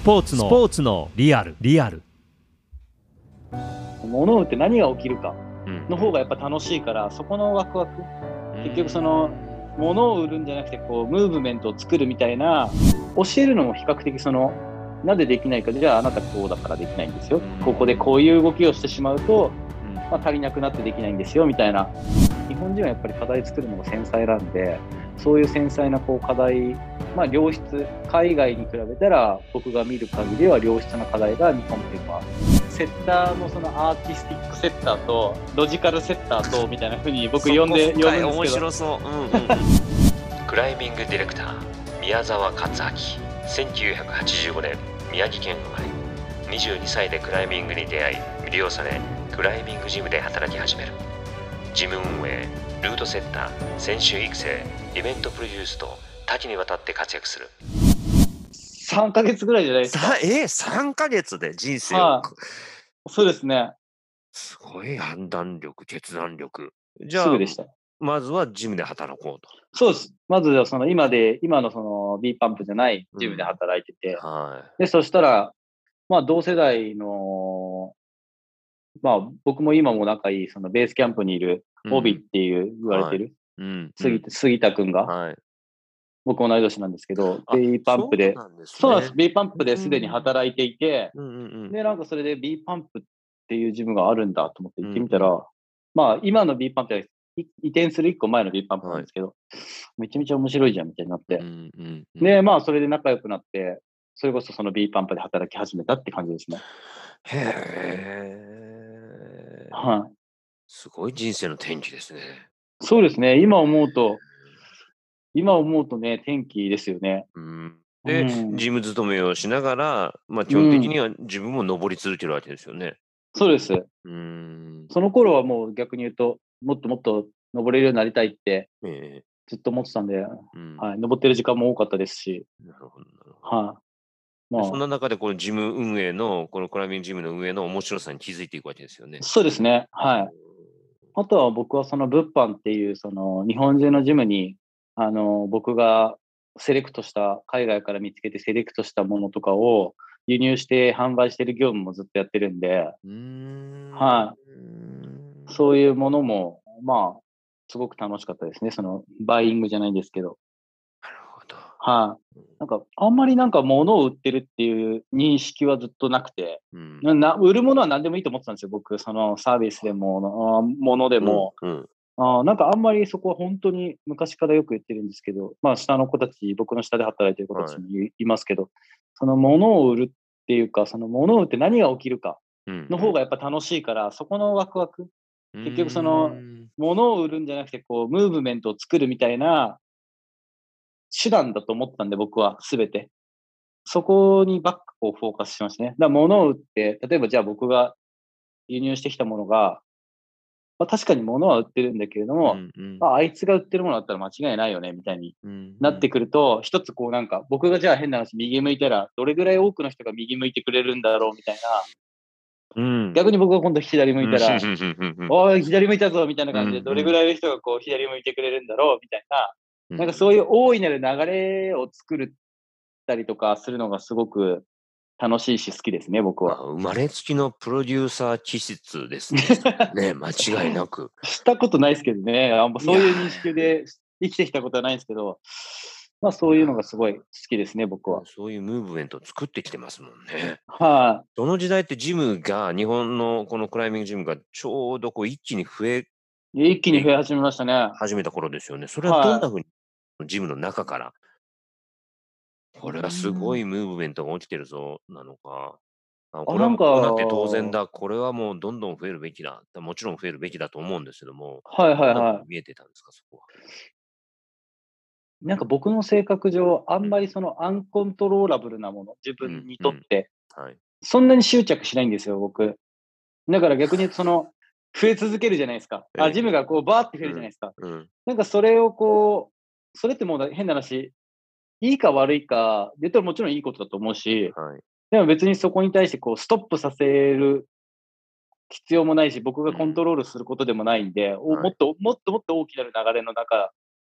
ポーツのリアル。 物を売って何が起きるかの方がやっぱ楽しいから、そこのワクワク、結局その物を売るんじゃなくてこうムーブメントを作るみたいな、教えるのも比較的そのなぜできないか、じゃああなたこうだからできないんですよ、ここでこういう動きをしてしまうと、足りなくなってできないんですよみたいな。日本人はやっぱり課題作るのが繊細なんで、そういう繊細なこう課題、良質、海外に比べたら僕が見る限りでは良質な課題が日本っていうのは、セッターのそのアーティスティックセッターとロジカルセッターとみたいな風に僕呼ぶんですけど、 面白そう。クライミングディレクター宮沢克明、1985年宮城県生まれ、22歳でクライミングに出会い魅了され、クライミングジムで働き始める。ジム運営、ルートセッター、選手育成、イベントプロデュースと多岐にわたって活躍する。 3ヶ月ぐらいじゃないですか。 3ヶ月で人生を、 そうですね。 すごい判断力、決断力。じゃあすぐでした。 まずはジムで働こうと。 そうです。まずはその今のその B パンプじゃないジムで働いてて、でそしたら同世代の僕も今も仲いいそのベースキャンプにいる帯っていう言われてる、杉田くんが、僕同い年なんですけど、B パンプで、そうなんです。B パンプですでに働いていて、でなんかそれで B パンプっていうジムがあるんだと思って行ってみたら、今の B パンプは移転する1個前の B パンプなんですけど、めちゃめちゃ面白いじゃんみたいになって、でそれで仲良くなって、それこそその B パンプで働き始めたって感じですね。 すごい人生の転機ですね。 そうですね。今思うとね、転機ですよね。 で、ジム勤めをしながら、基本的には自分も登り続けるわけですよね。 そうです。その頃はもう逆に言うと、もっともっと登れるようになりたいってずっと思ってたんで、登ってる時間も多かったですし。 なるほど。そんな中でこのジム運営の、このクライミングジムの運営の面白さに気づいていくわけですよね。 そうですね。あとは僕はその物販っていうその日本中のジムに僕が海外から見つけてセレクトしたものとかを輸入して販売してる業務もずっとやってるんで、そういうものもすごく楽しかったですね。そのバイイングじゃないんですけど。 なるほど。 なんかあんまりなんか物を売ってるっていう認識はずっとなくて、売るものは何でもいいと思ってたんですよ。僕そのサービスでも物でも。なんかあんまりそこは本当に昔からよく言ってるんですけど、下の子たち、僕の下で働いてる子たちもいますけど、その物を売るっていうか、その物を売って何が起きるかの方がやっぱ楽しいから、そこのワクワク、結局その物を売るんじゃなくてこうムーブメントを作るみたいな手段だと思ったんで、僕は全てそこにばっかこうフォーカスしましたね。だから物を売って、例えばじゃあ僕が輸入してきたものが、確かに物は売ってるんだけれども、あいつが売ってるものだったら間違いないよねみたいになってくると、一つこうなんか僕がじゃあ変な話右向いたらどれぐらい多くの人が右向いてくれるんだろうみたいな、逆に僕が今度左向いたらおい左向いたぞみたいな感じでどれぐらいの人がこう左向いてくれるんだろうみたいな、なんかそういう大いなる流れを作ったりとかするのがすごく楽しいし好きですね、僕は。 生まれつきのプロデューサー気質ですね。間違いなく。 したことないですけどね。そういう認識で生きてきたことはないんですけど、そういうのがすごい好きですね、僕は。 そういうムーブメントを作ってきてますもんね。 その時代ってジムが、日本のこのクライミングジムがちょうどこう一気に増え始めましたね。 始めた頃ですよね。それはどんなふうにジムの中から、これはすごいムーブメントが起きてるぞなのか。これはこうなって当然だ。これはもうどんどん増えるべきだ。もちろん増えるべきだと思うんですけども。見えてたんですか、そこは。 なんか僕の性格上、あんまりそのアンコントローラブルなもの、自分にとって、そんなに執着しないんですよ、僕。だから逆に言うとその、増え続けるじゃないですか。ジムがこうバーって増えるじゃないですか。なんかそれをこう、それってもう変な話、いいか悪いか、言ったらもちろんいいことだと思うし、でも別にそこに対してこうストップさせる必要もないし、僕がコントロールすることでもないんで、もっと大きな流れの中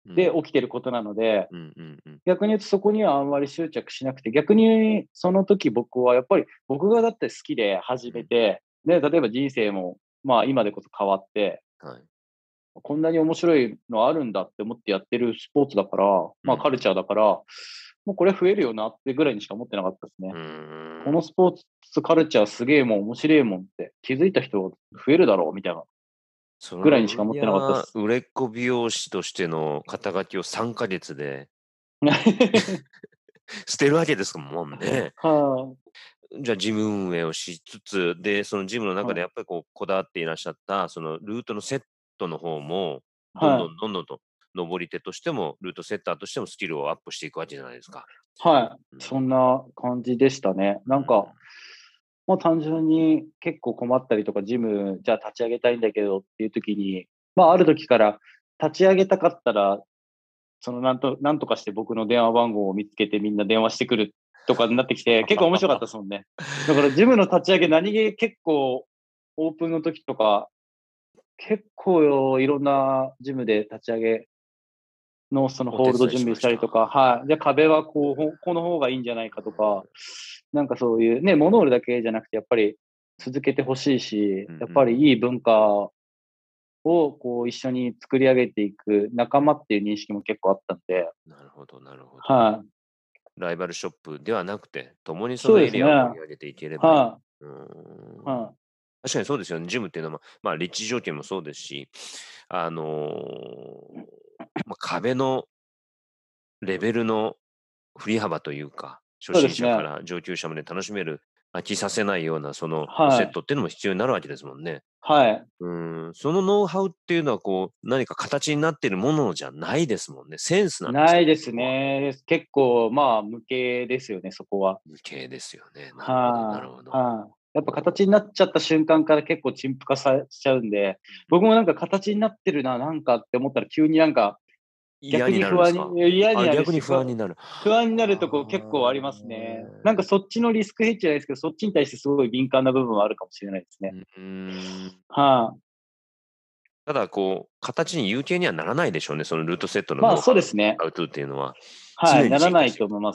で起きてることなので、逆に言うとそこにはあんまり執着しなくて、逆にその時僕はやっぱり僕がだって好きで始めて、で、例えば人生もまあ今でこそ変わって、こんなに面白いのあるんだって思ってやってるスポーツだから、まあカルチャーだから、もうこれ増えるよなってぐらいにしか思ってなかったですね。このスポーツカルチャーすげえもん、面白いもんって気づいた人増えるだろうみたいなぐらいにしか思ってなかったです。 売れっ子美容師としての肩書きを3ヶ月で捨てるわけですもんね。じゃあジム運営をしつつ、で、そのジムの中でやっぱりこだわっていらっしゃった、そのルートのセットの方も、どんどんと上り手としても、ルートセッターとしてもスキルをアップしていくわけじゃないですか。 そんな感じでしたね。なんか、もう単純に結構困ったりとか、ジム、じゃあ立ち上げたいんだけどっていう時に、まあある時から立ち上げたかったら、なんとかして僕の電話番号を見つけてみんな電話してくるとかになってきて、結構面白かったですもんね。だからジムの立ち上げ何気結構オープンの時とか、結構いろんなジムで立ち上げのそのホールド準備したりとか、じゃあ壁はこの方がいいんじゃないかとか、なんかそういうね、物売るだけじゃなくてやっぱり続けてほしいし、やっぱりいい文化をこう一緒に作り上げていく仲間っていう認識も結構あったんで。 なるほど。ライバルショップではなくて、共にそのエリアを盛り上げていければいい。確かにそうですよね。ジムっていうのは、まあ、立地条件もそうですし、壁のレベルの振り幅というか、初心者から上級者まで楽しめる、飽きさせないようなそのセットっていうのも必要になるわけですもんね。そのノウハウっていうのは何か形になっているものじゃないですもんね。センスなんですね。 ないですね。結構まあ無形ですよね、そこは。 無形ですよね。なるほど。 やっぱ形になっちゃった瞬間から結構陳腐化しちゃうんで、僕もなんか形になってるな、なんかって思ったら急になんか逆に不安に、嫌になるし、 逆に不安になる。 不安になるとこ結構ありますね。なんかそっちのリスクヘッジじゃないですけど、そっちに対してすごい敏感な部分はあるかもしれないですね。 ただ形に有形にはならないでしょうね、そのルートセットのまあそうですね。 アウトっていうのは。 ならないと思います。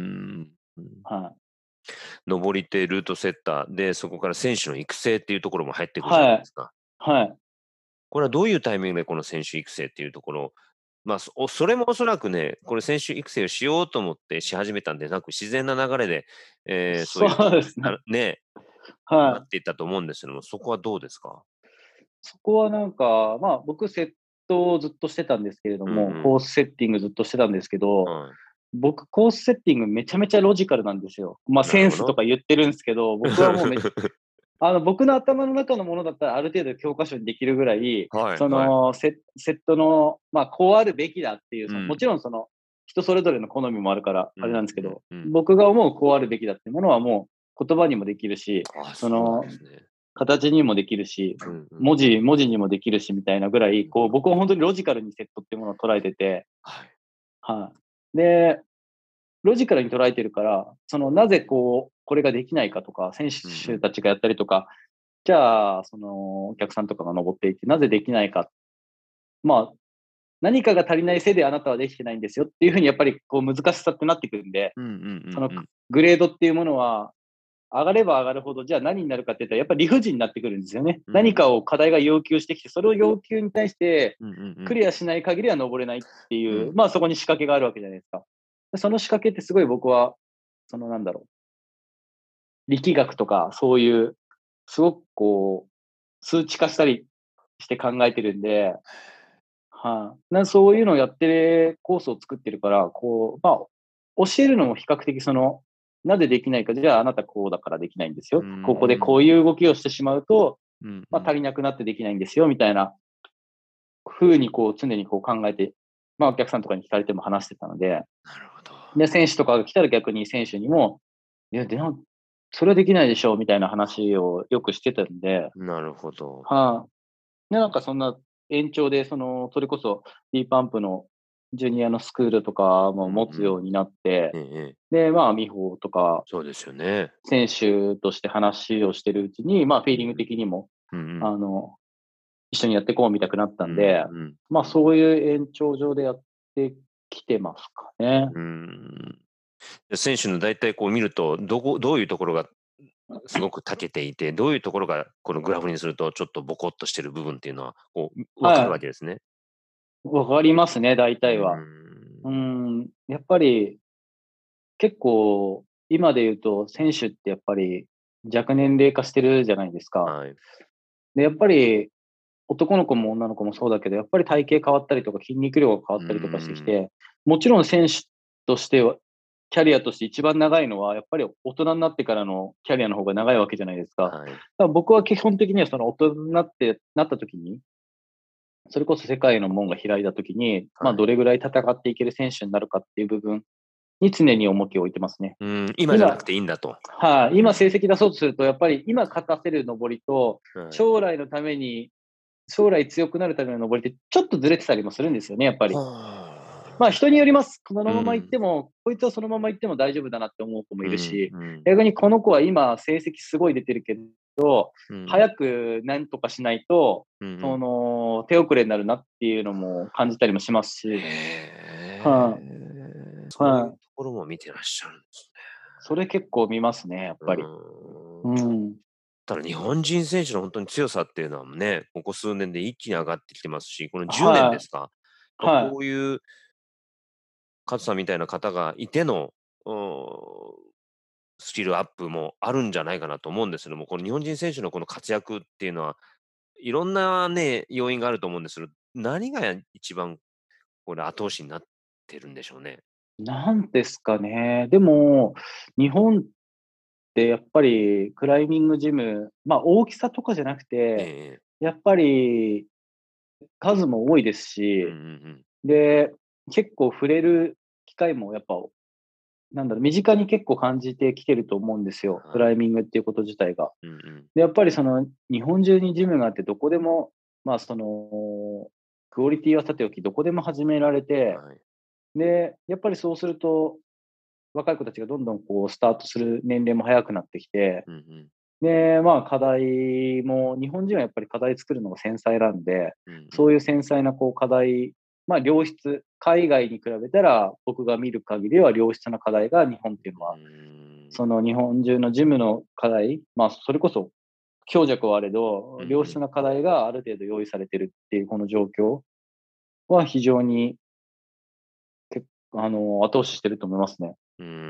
上り手、ルートセッターで、そこから選手の育成っていうところも入ってくるじゃないですか。これはどういうタイミングでこの選手育成っていうところ、まあ、それもおそらくね、これ選手育成をしようと思ってし始めたんでなく、自然な流れで、そういうね、なっていったと思うんですけども、そこはどうですか？ そこはなんか、まあ僕セットをずっとしてたんですけれども、コースセッティングずっとしてたんですけど、僕コースセッティングめちゃめちゃロジカルなんですよ。まあセンスとか言ってるんですけど、僕はもう僕の頭の中のものだったらある程度教科書にできるぐらい、セットの、まあこうあるべきだっていう、もちろん人それぞれの好みもあるからあれなんですけど、僕が思うこうあるべきだっていうものはもう言葉にもできるし、形にもできるし、文字にもできるしみたいなぐらい、僕は本当にロジカルにセットっていうものを捉えてて、で、ロジカルに捉えてるから、なぜこれができないかとか、選手たちがやったりとか、じゃあ、お客さんとかが登っていて、なぜできないか。まあ、何かが足りないせいであなたはできてないんですよっていうふうにやっぱり難しさってなってくるんで、グレードっていうものは、上がれば上がるほど、じゃあ何になるかって言ったら、やっぱり理不尽になってくるんですよね。何かを課題が要求してきて、それを要求に対して、クリアしない限りは登れないっていう、まあそこに仕掛けがあるわけじゃないですか。その仕掛けってすごい僕は、力学とか、そういう、すごく数値化したりして考えてるんで、そういうのをやってコースを作ってるから、まあ、教えるのも比較的なぜできないか、じゃああなたこうだからできないんですよ。ここでこういう動きをしてしまうと、まあ足りなくなってできないんですよ、みたいな風に常に考えて、まあお客さんとかに聞かれても話してたので、で、選手とかが来たら逆に選手にも、いや、それはできないでしょう、みたいな話をよくしてたんで。 なるほど。 で、なんかそんな延長で、それこそ D パンプのジュニアのスクールとかも持つようになって、で、まあ、美穂とか、 そうですよね。 選手として話をしてるうちに、まあ、フィーリング的にも、 一緒にやっていこうみたくなったんで、まあそういう延長上でやってきてますかね。 選手の大体こう見ると、どういうところがすごく長けていて、どういうところがこのグラフにするとちょっとボコッとしてる部分っていうのはこう分かるわけですね。 わかりますね、大体は。やっぱり結構今で言うと選手ってやっぱり若年齢化してるじゃないですか。で、やっぱり男の子も女の子もそうだけど、やっぱり体型変わったりとか筋肉量が変わったりとかしてきて、もちろん選手としては、キャリアとして一番長いのは、やっぱり大人になってからのキャリアの方が長いわけじゃないですか。だから僕は基本的にはその大人になった時に、それこそ世界の門が開いた時に、まあどれぐらい戦っていける選手になるかっていう部分に常に重きを置いてますね。 今じゃなくていいんだと。 今成績出そうとすると、やっぱり今勝たせる上りと、将来のために、将来強くなるための上りってちょっとずれてたりもするんですよね、やっぱり。まあ人によります。このまま行っても、こいつはそのまま行っても大丈夫だなって思う子もいるし、逆にこの子は今成績すごい出てるけど、早く何とかしないと、その手遅れになるなっていうのも感じたりもしますし。 そういうところも見てらっしゃるんですね。 それ結構見ますね、やっぱり。 ただ日本人選手の本当に強さっていうのはね、ここ数年で一気に上がってきてますし、この10年ですか、こういう勝さんみたいな方がいてのスキルアップもあるんじゃないかなと思うんですけども、この日本人選手のこの活躍っていうのは、いろんなね、要因があると思うんですけど、何が一番これ後押しになってるんでしょうね。 なんですかね。でも、日本ってやっぱりクライミングジム、まあ大きさとかじゃなくて、やっぱり数も多いですし、で、結構触れる機会もやっぱ、なんだろう、身近に結構感じてきてると思うんですよ。クライミングっていうこと自体が。で、やっぱりその日本中にジムがあってどこでも、まあその、クオリティはさておきどこでも始められて、で、やっぱりそうすると、若い子たちがどんどんこうスタートする年齢も早くなってきて、で、まあ課題も、日本人はやっぱり課題作るのが繊細なんで、そういう繊細なこう課題、まあ良質、海外に比べたら僕が見る限りは良質な課題が日本っていうのは、その日本中のジムの課題、まあそれこそ強弱はあれど、良質な課題がある程度用意されてるっていうこの状況は非常に後押ししてると思いますね。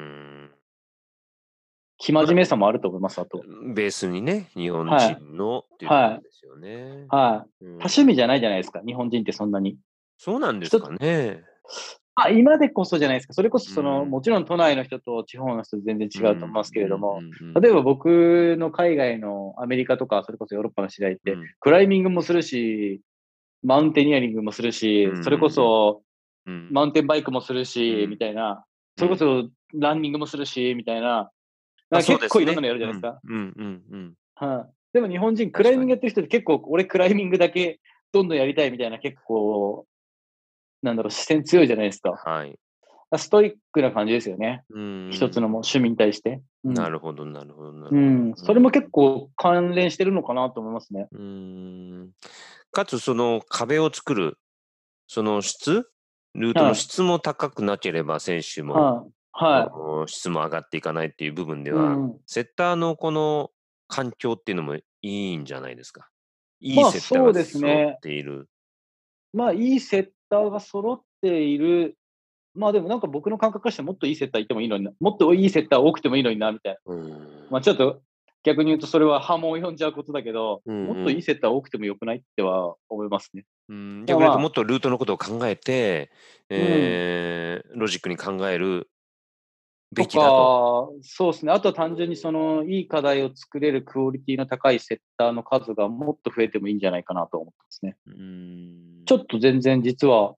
生真面目さもあると思います、あと。 ベースにね、日本人のっていうことですよね。 多趣味じゃないじゃないですか、日本人ってそんなに。 そうなんですかね。 今でこそじゃないですか。それこそその、もちろん都内の人と地方の人全然違うと思いますけれども、例えば僕の海外のアメリカとか、それこそヨーロッパの知り合いって、クライミングもするし、マウンテニアリングもするし、それこそマウンテンバイクもするし、みたいな、それこそランニングもするし、みたいな、結構いろんなのやるじゃないですか。でも日本人、クライミングやってる人って結構、俺クライミングだけどんどんやりたいみたいな、結構、なんだろう、視線強いじゃないですか。ストイックな感じですよね。一つの趣味に対して。 なるほど、なるほど、なるほど。それも結構関連してるのかなと思いますね。 かつ、その壁を作る、そのルートの質も高くなければ、選手も、質も上がっていかないっていう部分では、セッターのこの環境っていうのもいいんじゃないですか。いいセッターが揃っている。 まあ、いいセッターが揃っている。まあでもなんか僕の感覚としてもっといいセッターいてもいいのにな、もっといいセッター多くてもいいのにな、みたいな。まあちょっと逆に言うとそれは波紋を呼んじゃうことだけど、もっといいセッター多くてもよくないっては思いますね。 逆に言うともっとルートのことを考えて、ロジックに考えるべきだと。 そうですね。あとは単純にそのいい課題を作れるクオリティの高いセッターの数がもっと増えてもいいんじゃないかなと思ってますね。ちょっと全然実は、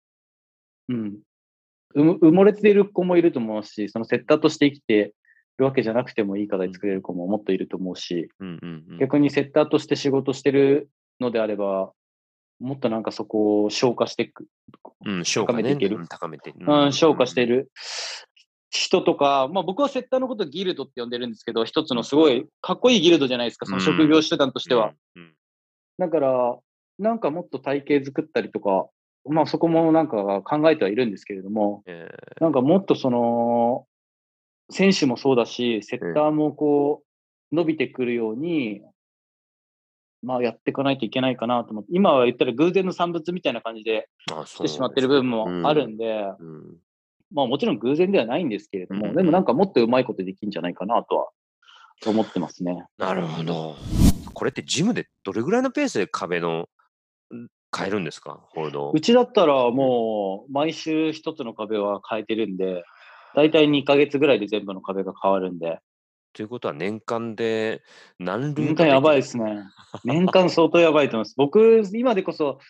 埋もれている子もいると思うし、そのセッターとして生きてるわけじゃなくてもいい課題作れる子ももっといると思うし、逆にセッターとして仕事してるのであれば、もっとなんかそこを消化していく、高めていける。消化している人とか、まあ僕はセッターのことをギルドって呼んでるんですけど、一つのすごいかっこいいギルドじゃないですか、その職業手段としては。だから、 なんかもっと体系作ったりとか、まあそこもなんか考えてはいるんですけれども、なんかもっとその、選手もそうだし、セッターもこう、伸びてくるように、まあやっていかないといけないかなと思って、今は言ったら偶然の産物みたいな感じでしてしまってる部分もあるんで、まあもちろん偶然ではないんですけれども、でもなんかもっとうまいことできるんじゃないかなとは思ってますね。 なるほど。これってジムでどれぐらいのペースで壁の変えるんですか、ホールド。 うちだったらもう毎週一つの壁は変えてるんで、だいたい2ヶ月ぐらいで全部の壁が変わるんで。 ということは年間で何ルー年間やばいですね。年間相当やばいと思います。僕、今でこそ、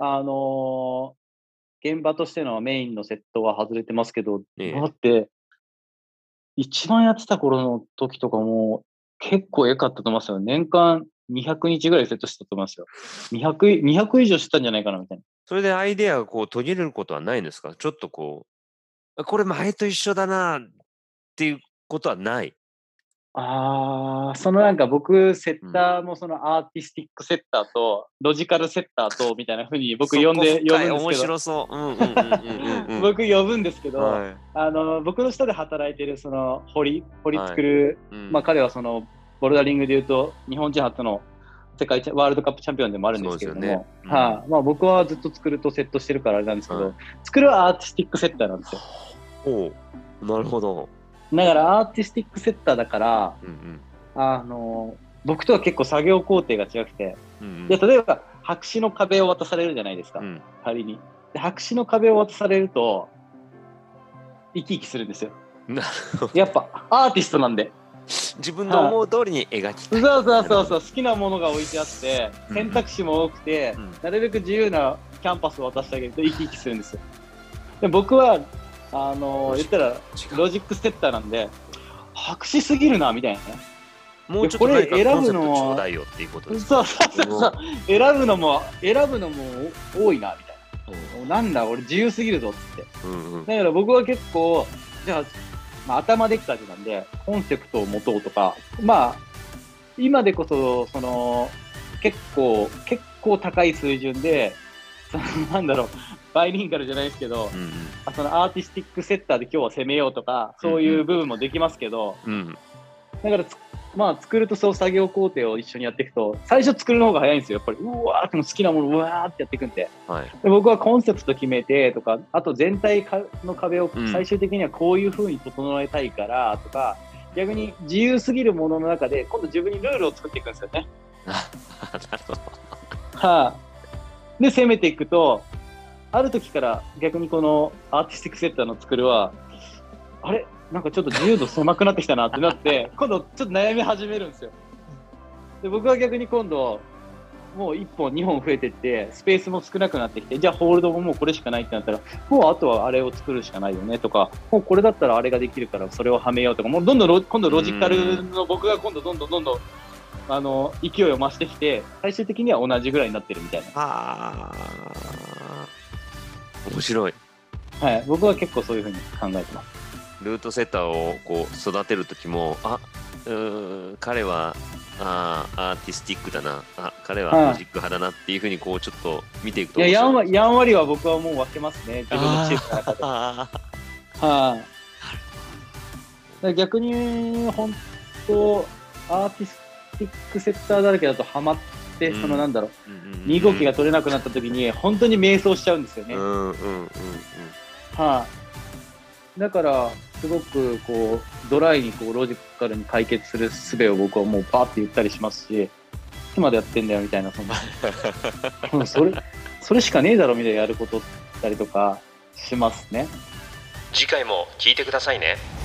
現場としてのメインのセットは外れてますけど、だって、一番やってた頃の時とかも結構かったと思いますよ。年間200日ぐらいセットしてたと思いますよ。200以上してたんじゃないかなみたいな。 それでアイデアがこう途切れることはないんですか？ちょっとこう、これ前と一緒だなっていうことはない？ そのなんか僕、セッターもそのアーティスティックセッターと、ロジカルセッターと、みたいな風に僕呼ぶんですけど。 面白そう。 僕呼ぶんですけど、はい、僕の下で働いてるその堀作る、はい、まあ彼はそのボルダリングでいうと日本人初の世界ワールドカップチャンピオンでもあるんですけれども、まあ僕はずっと作るとセットしてるからあれなんですけど、作るはアーティスティックセッターなんですよ。 なるほど。 だからアーティスティックセッターだから、僕とは結構作業工程が違くて、で例えば白紙の壁を渡されるじゃないですか、仮に。で白紙の壁を渡されると生き生きするんですよ。やっぱアーティストなんで自分の思う通りに描きたい。 そう好きなものが置いてあって選択肢も多くて、なるべく自由なキャンパスを渡してあげると生き生きするんですよ。で僕は言ったらロジックセッターなんで白紙すぎるなみたいなね。 もうちょっと何かコンセプトちょうだいよっていうことですか。 そう選ぶのも多いなみたいな。なんだ俺自由すぎるぞっつって、だから僕は結構じゃあ、まあ、頭できたわけなんでコンセプトを持とうとか、まあ今でこそその結構高い水準でなんだろうバイリンガルじゃないですけど、そのアーティスティックセッターで今日は攻めようとかそういう部分もできますけど、だからまあ作るとそう作業工程を一緒にやっていくと最初作るの方が早いんですよ。やっぱりうわーって好きなものうわーってやっていくんで、で僕はコンセプト決めてとか、あと全体の壁を最終的にはこういう風に整えたいからとか、逆に自由すぎるものの中で今度自分にルールを作っていくんですよね。 なるほど。 で攻めていくと、ある時から逆にこのアーティスティックセッターの作るはあれなんかちょっと自由度狭くなってきたなってなって今度ちょっと悩み始めるんですよ。で僕は逆に今度もう1本2本増えてってスペースも少なくなってきて、じゃあホールドももうこれしかないってなったらもうあとはあれを作るしかないよねとか、もうこれだったらあれができるからそれをはめようとか、もうどんどん今度ロジカルの僕が今度どんどん勢いを増してきて最終的には同じぐらいになってるみたいな。 面白い。 はい、僕は結構そういうふうに考えてます。 ルートセッターをこう育てる時も彼はアーティスティックだな、彼はロジック派だなっていうふうにこうちょっと見ていくと、 やんわりは僕はもう分けますね、自分のチームの中で。逆に本当アーティスティックセッターだらけだとハマって、そのなんだろう、身動きが取れなくなった時に本当に迷走しちゃうんですよね。だからすごくこうドライにこうロジカルに解決する術を僕はもうパーって言ったりしますし、いつまでやってんだよみたいな、それしかねえだろみたいなやることだったりとかしますね。 次回も聞いてくださいね。